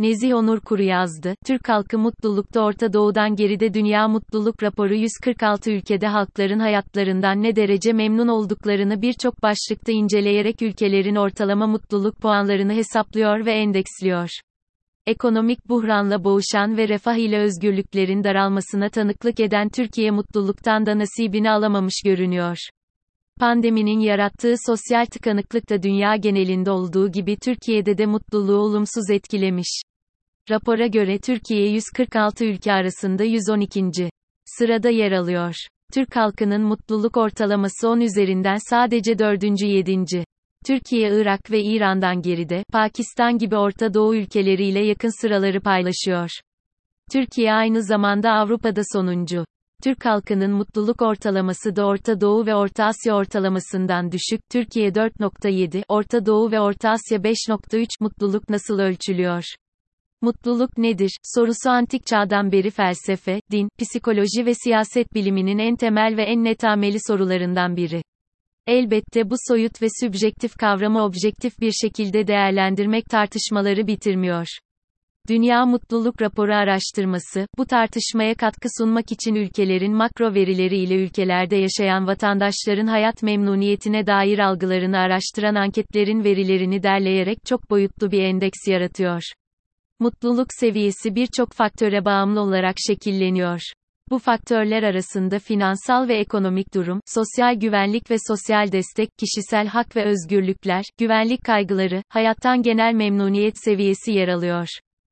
Nezih Onur Kuru yazdı. Türk halkı mutlulukta Orta Doğu'dan geride. Dünya Mutluluk Raporu 146 ülkede halkların hayatlarından ne derece memnun olduklarını birçok başlıkta inceleyerek ülkelerin ortalama mutluluk puanlarını hesaplıyor ve endeksliyor. Ekonomik buhranla boğuşan ve refah ile özgürlüklerin daralmasına tanıklık eden Türkiye mutluluktan da nasibini alamamış görünüyor. Pandeminin yarattığı sosyal tıkanıklık da dünya genelinde olduğu gibi Türkiye'de de mutluluğu olumsuz etkilemiş. Rapora göre Türkiye 146 ülke arasında 112. sırada yer alıyor. Türk halkının mutluluk ortalaması 10 üzerinden sadece 4. 7. Türkiye Irak ve İran'dan geride, Pakistan gibi Orta Doğu ülkeleriyle yakın sıraları paylaşıyor. Türkiye aynı zamanda Avrupa'da sonuncu. Türk halkının mutluluk ortalaması da Orta Doğu ve Orta Asya ortalamasından düşük. Türkiye 4.7, Orta Doğu ve Orta Asya 5.3. Mutluluk nasıl ölçülüyor? Mutluluk nedir? Sorusu antik çağdan beri felsefe, din, psikoloji ve siyaset biliminin en temel ve en netameli sorularından biri. Elbette bu soyut ve sübjektif kavramı objektif bir şekilde değerlendirmek tartışmaları bitirmiyor. Dünya Mutluluk Raporu araştırması, bu tartışmaya katkı sunmak için ülkelerin makro verileri ile ülkelerde yaşayan vatandaşların hayat memnuniyetine dair algılarını araştıran anketlerin verilerini derleyerek çok boyutlu bir endeks yaratıyor. Mutluluk seviyesi birçok faktöre bağımlı olarak şekilleniyor. Bu faktörler arasında finansal ve ekonomik durum, sosyal güvenlik ve sosyal destek, kişisel hak ve özgürlükler, güvenlik kaygıları, hayattan genel memnuniyet seviyesi yer alıyor.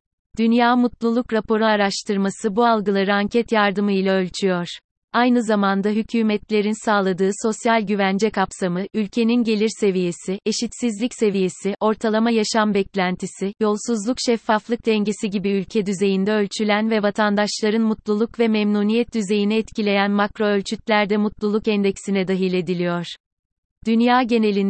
Dünya Mutluluk Raporu araştırması bu algıları anket yardımıyla ölçüyor. Aynı zamanda hükümetlerin sağladığı sosyal güvence kapsamı, ülkenin gelir seviyesi, eşitsizlik seviyesi, ortalama yaşam beklentisi, yolsuzluk şeffaflık dengesi gibi ülke düzeyinde ölçülen ve vatandaşların mutluluk ve memnuniyet düzeyini etkileyen makro ölçütler de mutluluk endeksine dahil ediliyor. Dünya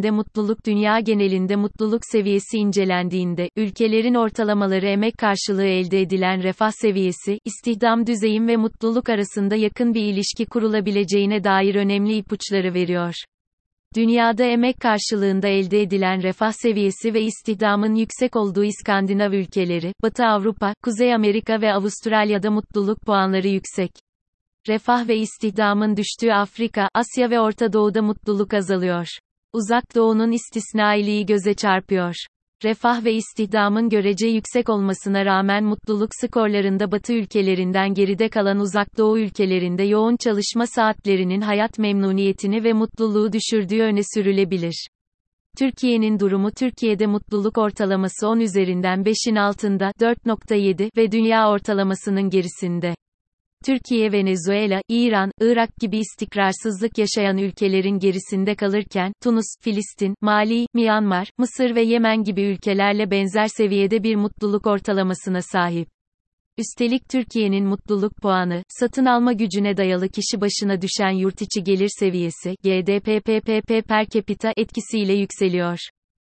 genelinde mutluluk seviyesi incelendiğinde, ülkelerin ortalamaları emek karşılığı elde edilen refah seviyesi, istihdam düzeyi ve mutluluk arasında yakın bir ilişki kurulabileceğine dair önemli ipuçları veriyor. Dünyada emek karşılığında elde edilen refah seviyesi ve istihdamın yüksek olduğu İskandinav ülkeleri, Batı Avrupa, Kuzey Amerika ve Avustralya'da mutluluk puanları yüksek. Refah ve istihdamın düştüğü Afrika, Asya ve Orta Doğu'da mutluluk azalıyor. Uzak Doğu'nun istisnailiği göze çarpıyor. Refah ve istihdamın görece yüksek olmasına rağmen mutluluk skorlarında Batı ülkelerinden geride kalan Uzak Doğu ülkelerinde yoğun çalışma saatlerinin hayat memnuniyetini ve mutluluğu düşürdüğü öne sürülebilir. Türkiye'nin durumu Türkiye'de mutluluk ortalaması 10 üzerinden 5'in altında 4.7 ve dünya ortalamasının gerisinde. Türkiye Venezuela, İran, Irak gibi istikrarsızlık yaşayan ülkelerin gerisinde kalırken, Tunus, Filistin, Mali, Myanmar, Mısır ve Yemen gibi ülkelerle benzer seviyede bir mutluluk ortalamasına sahip. Üstelik Türkiye'nin mutluluk puanı, satın alma gücüne dayalı kişi başına düşen yurtiçi gelir seviyesi, GDP/PPP per capita etkisiyle yükseliyor.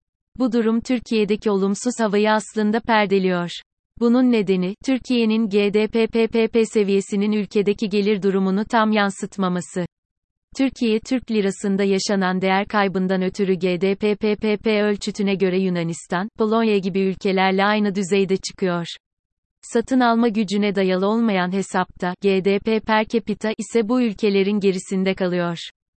Bu durum Türkiye'deki olumsuz havayı aslında perdeliyor. Bunun nedeni, Türkiye'nin GDP/PPP seviyesinin ülkedeki gelir durumunu tam yansıtmaması. Türkiye Türk lirasında yaşanan değer kaybından ötürü GDP/PPP ölçütüne göre Yunanistan, Polonya gibi ülkelerle aynı düzeyde çıkıyor. Satın alma gücüne dayalı olmayan hesapta, GDP per capita ise bu ülkelerin gerisinde kalıyor.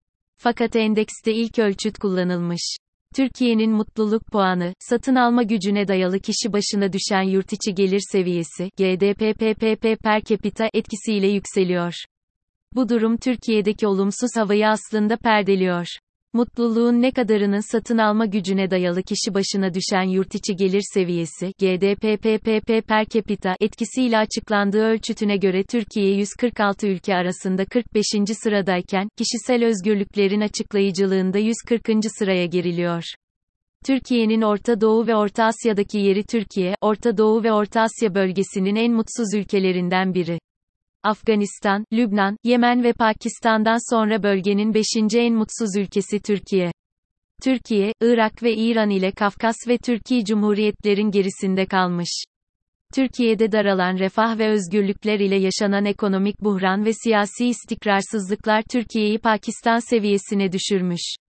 Fakat endekste ilk ölçüt kullanılmış. Türkiye'nin mutluluk puanı, satın alma gücüne dayalı kişi başına düşen yurtiçi gelir seviyesi, GDP/PPP per capita etkisiyle yükseliyor. Bu durum Türkiye'deki olumsuz havayı aslında perdeliyor. Mutluluğun ne kadarının satın alma gücüne dayalı kişi başına düşen yurtiçi gelir seviyesi, GDP/PPP per capita etkisiyle açıklandığı ölçütüne göre Türkiye 146 ülke arasında 45. sıradayken, kişisel özgürlüklerin açıklayıcılığında 140. sıraya geriliyor. Türkiye'nin Orta Doğu ve Orta Asya'daki yeri Türkiye, Orta Doğu ve Orta Asya bölgesinin en mutsuz ülkelerinden biri. Afganistan, Lübnan, Yemen ve Pakistan'dan sonra bölgenin 5. en mutsuz ülkesi Türkiye. Türkiye, Irak ve İran ile Kafkas ve Türkiye Cumhuriyetlerin gerisinde kalmış. Türkiye'de daralan refah ve özgürlükler ile yaşanan ekonomik buhran ve siyasi istikrarsızlıklar Türkiye'yi Pakistan seviyesine düşürmüş.